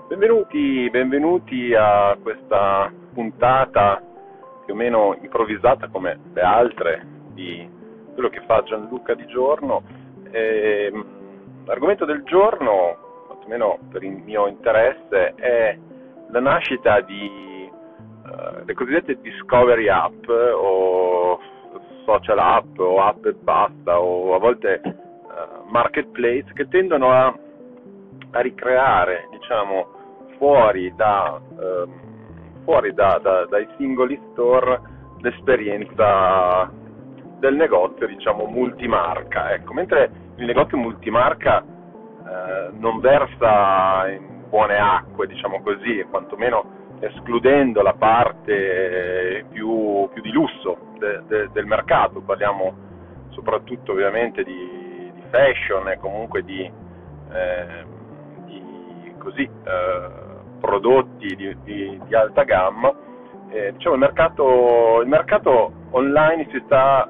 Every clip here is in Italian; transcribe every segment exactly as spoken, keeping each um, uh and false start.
Benvenuti, benvenuti a questa puntata più o meno improvvisata come le altre di quello che fa Gianluca Di Giorno. E, l'argomento del giorno, quantomeno per il mio interesse, è la nascita di uh, le cosiddette discovery app o social app o app e basta o a volte uh, marketplace che tendono a, a ricreare, diciamo, fuori da ehm, fuori da, da, dai singoli store l'esperienza del negozio, diciamo, multimarca. Ecco, mentre il negozio multimarca eh, non versa in buone acque, diciamo così, quantomeno escludendo la parte più, più di lusso de, de, del mercato, parliamo soprattutto ovviamente di, di fashion e comunque di, eh, di così eh, prodotti di, di, di alta gamma. Eh, diciamo il mercato, il mercato online si sta,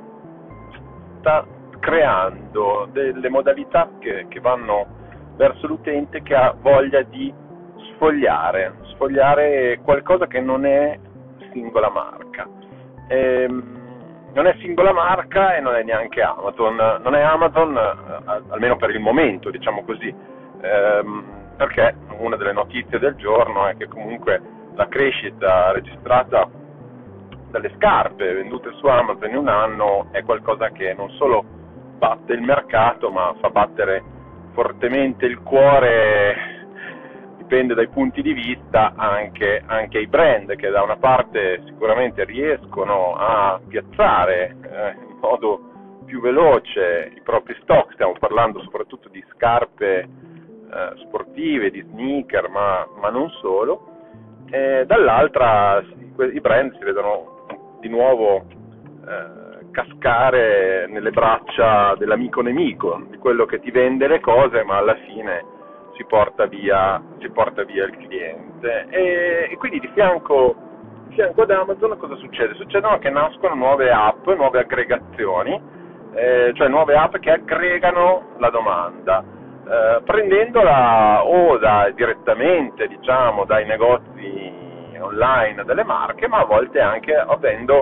sta creando delle modalità che, che vanno verso l'utente che ha voglia di sfogliare, sfogliare qualcosa che non è singola marca. Ehm, non è singola marca e non è neanche Amazon, non è Amazon, almeno per il momento, diciamo così, ehm, perché una delle notizie del giorno è che comunque la crescita registrata dalle scarpe vendute su Amazon in un anno è qualcosa che non solo batte il mercato, ma fa battere fortemente il cuore, dipende dai punti di vista, anche, anche i brand, che da una parte sicuramente riescono a piazzare eh, in modo più veloce i propri stock. Stiamo parlando soprattutto di scarpe eh, sportive, di sneaker, ma, ma non solo. E dall'altra i brand si vedono di nuovo eh, cascare nelle braccia dell'amico nemico, di quello che ti vende le cose ma alla fine si porta via, si porta via il cliente. E, e quindi di fianco, di fianco ad Amazon cosa succede? Succedono che nascono nuove app, nuove aggregazioni, eh, cioè nuove app che aggregano la domanda, eh, prendendola o da, direttamente, diciamo, dai negozi online delle marche, ma a volte anche avendo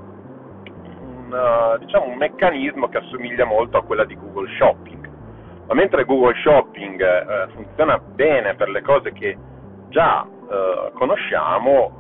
un, uh, diciamo, un meccanismo che assomiglia molto a quella di Google Shopping. Ma mentre Google Shopping eh, funziona bene per le cose che già eh, conosciamo,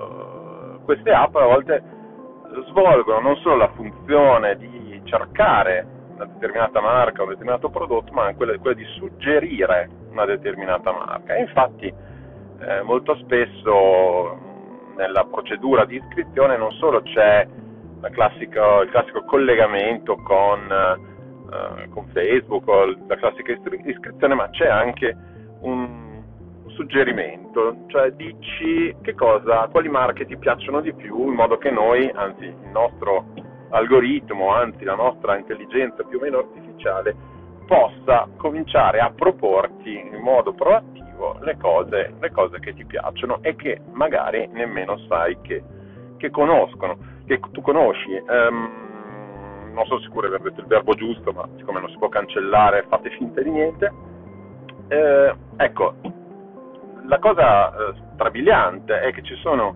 eh, queste app a volte svolgono non solo la funzione di cercare una determinata marca o un determinato prodotto, ma anche quella, quella di suggerire una determinata marca. E infatti eh, molto spesso nella procedura di iscrizione non solo c'è la classica, il classico collegamento con Uh, con Facebook o la classica iscrizione, ma c'è anche un suggerimento, cioè dici che cosa, quali marche ti piacciono di più, in modo che noi, anzi il nostro algoritmo, anzi la nostra intelligenza più o meno artificiale, possa cominciare a proporti in modo proattivo le cose, le cose che ti piacciono e che magari nemmeno sai che, che conoscono, che tu conosci. Um, non sono sicuro di aver detto il verbo giusto, ma siccome non si può cancellare fate finta di niente. Eh, ecco, la cosa eh, strabiliante è che ci sono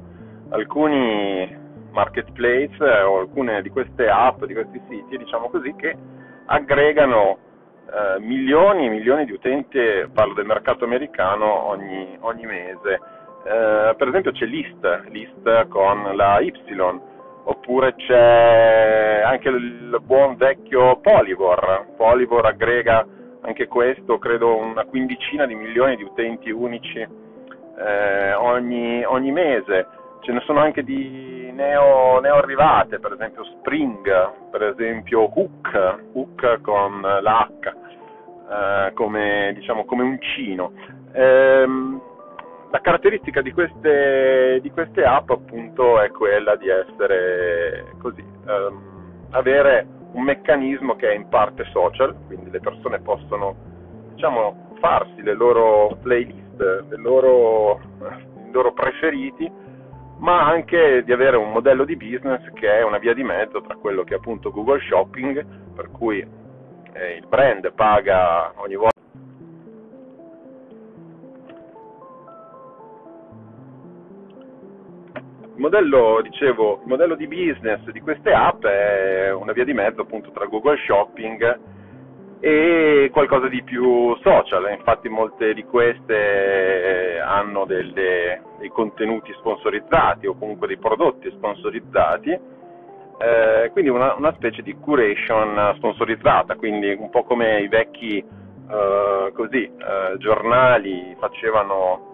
alcuni marketplace eh, o alcune di queste app, di questi siti, diciamo così, che aggregano eh, milioni e milioni di utenti, parlo del mercato americano, ogni, ogni mese. Eh, per esempio c'è List, List con la Y, oppure c'è anche il buon vecchio Polyvore. Polyvore aggrega anche questo, credo, una quindicina di milioni di utenti unici eh, ogni, ogni mese. Ce ne sono anche di neo, neo arrivate, per esempio Spring, per esempio Hook, Hook con l'H, eh, come, diciamo, come uncino. Ehm, La caratteristica di queste, di queste app appunto è quella di essere così, ehm, avere un meccanismo che è in parte social, quindi le persone possono, diciamo, farsi le loro playlist, le loro, i loro preferiti, ma anche di avere un modello di business che è una via di mezzo tra quello che è appunto Google Shopping, per cui eh, il brand paga ogni volta modello, dicevo, il modello di business di queste app è una via di mezzo appunto tra Google Shopping e qualcosa di più social. Infatti molte di queste hanno delle, dei contenuti sponsorizzati o comunque dei prodotti sponsorizzati, eh, quindi una, una specie di curation sponsorizzata, quindi un po' come i vecchi eh, così, eh, giornali facevano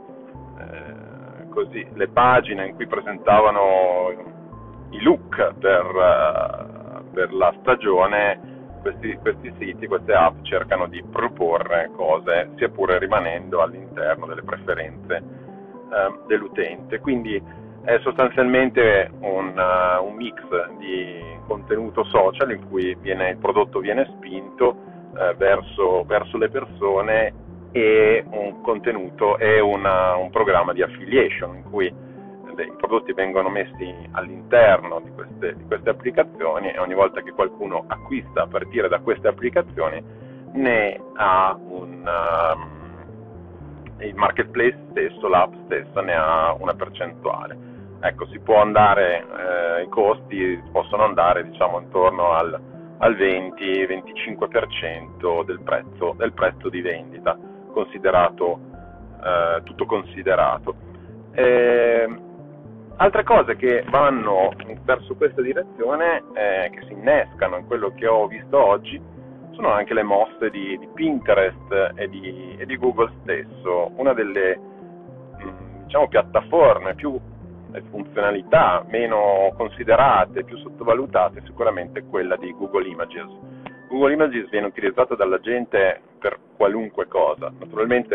eh, così le pagine in cui presentavano i look per, uh, per la stagione. Questi, questi siti, queste app cercano di proporre cose, sia pure rimanendo all'interno delle preferenze eh, dell'utente. Quindi è sostanzialmente un, uh, un mix di contenuto social in cui viene, il prodotto viene spinto eh, verso, verso le persone, e un contenuto e una, un programma di affiliation in cui i prodotti vengono messi all'interno di queste, di queste applicazioni, e ogni volta che qualcuno acquista a partire da queste applicazioni ne ha un um, il marketplace stesso, l'app stessa ne ha una percentuale. Ecco, si può andare, eh, i costi possono andare diciamo intorno al, al venti venticinque per cento del prezzo, del prezzo di vendita, considerato eh, tutto considerato. Eh, Altre cose che vanno verso questa direzione, eh, che si innescano in quello che ho visto oggi, sono anche le mosse di, di Pinterest e di, e di Google stesso. Una delle mh, diciamo, piattaforme più e funzionalità meno considerate, più sottovalutate, è sicuramente quella di Google Images. Google Images viene utilizzata dalla gente per qualunque cosa, naturalmente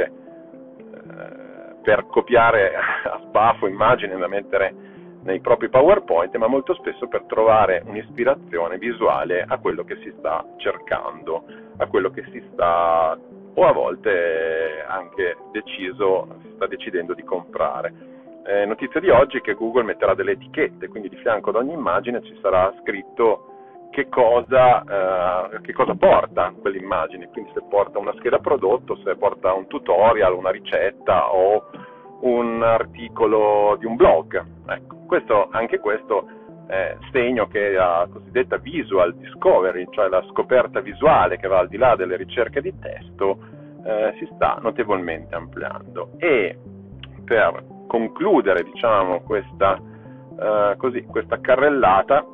eh, per copiare a sbaffo immagini da mettere nei propri PowerPoint, ma molto spesso per trovare un'ispirazione visuale a quello che si sta cercando, a quello che si sta, o a volte anche deciso, si sta decidendo di comprare. Eh, notizia di oggi che Google metterà delle etichette, quindi di fianco ad ogni immagine ci sarà scritto che cosa, eh, che cosa porta quell'immagine, quindi se porta una scheda prodotto, se porta un tutorial, una ricetta o un articolo di un blog. Ecco, questo, anche questo è segno che la cosiddetta visual discovery, cioè la scoperta visuale che va al di là delle ricerche di testo, eh, si sta notevolmente ampliando. E per concludere diciamo questa, eh, così, questa carrellata,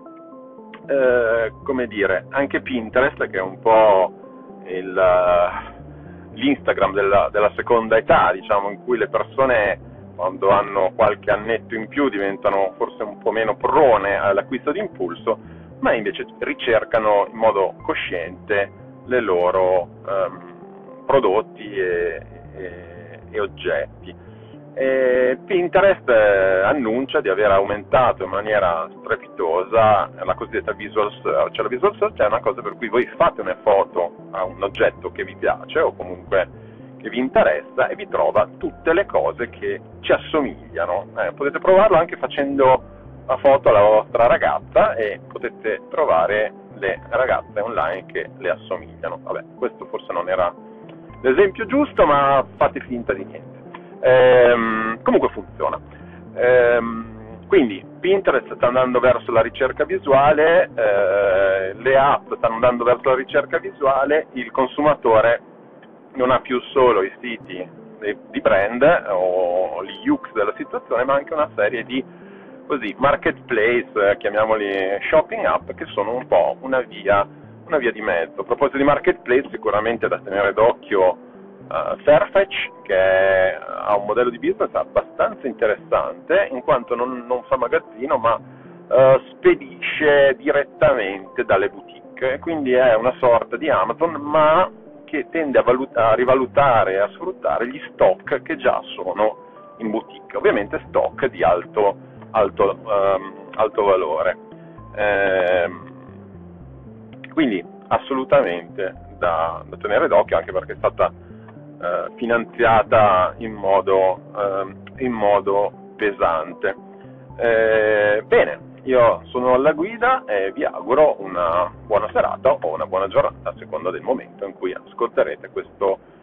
Eh, come dire, anche Pinterest, che è un po' il, uh, l'Instagram della, della seconda età, diciamo, in cui le persone quando hanno qualche annetto in più diventano forse un po' meno prone all'acquisto d'impulso, ma invece ricercano in modo cosciente le loro um, prodotti e, e, e oggetti. E Pinterest eh, annuncia di aver aumentato in maniera strepitosa la cosiddetta visual search. La visual search è una cosa per cui voi fate una foto a un oggetto che vi piace o comunque che vi interessa e vi trova tutte le cose che ci assomigliano. Eh, potete provarlo anche facendo la foto alla vostra ragazza e potete trovare le ragazze online che le assomigliano. Vabbè, questo forse non era l'esempio giusto, ma fate finta di niente. Ehm, comunque funziona. Ehm, quindi Pinterest sta andando verso la ricerca visuale, eh, le app stanno andando verso la ricerca visuale, il consumatore non ha più solo i siti di brand o gli U X della situazione, ma anche una serie di così marketplace, eh, chiamiamoli shopping app, che sono un po' una via, una via di mezzo. A proposito di marketplace, sicuramente da tenere d'occhio Uh, Farfetch, che è, ha un modello di business abbastanza interessante, in quanto non, non fa magazzino, ma uh, spedisce direttamente dalle boutique, quindi è una sorta di Amazon, ma che tende a, valuta, a rivalutare e a sfruttare gli stock che già sono in boutique, ovviamente stock di alto, alto, um, alto valore. Ehm, quindi assolutamente da, da tenere d'occhio, anche perché è stata Uh, finanziata in modo, uh, in modo pesante. Eh, bene, io sono alla guida e vi auguro una buona serata o una buona giornata a seconda del momento in cui ascolterete questo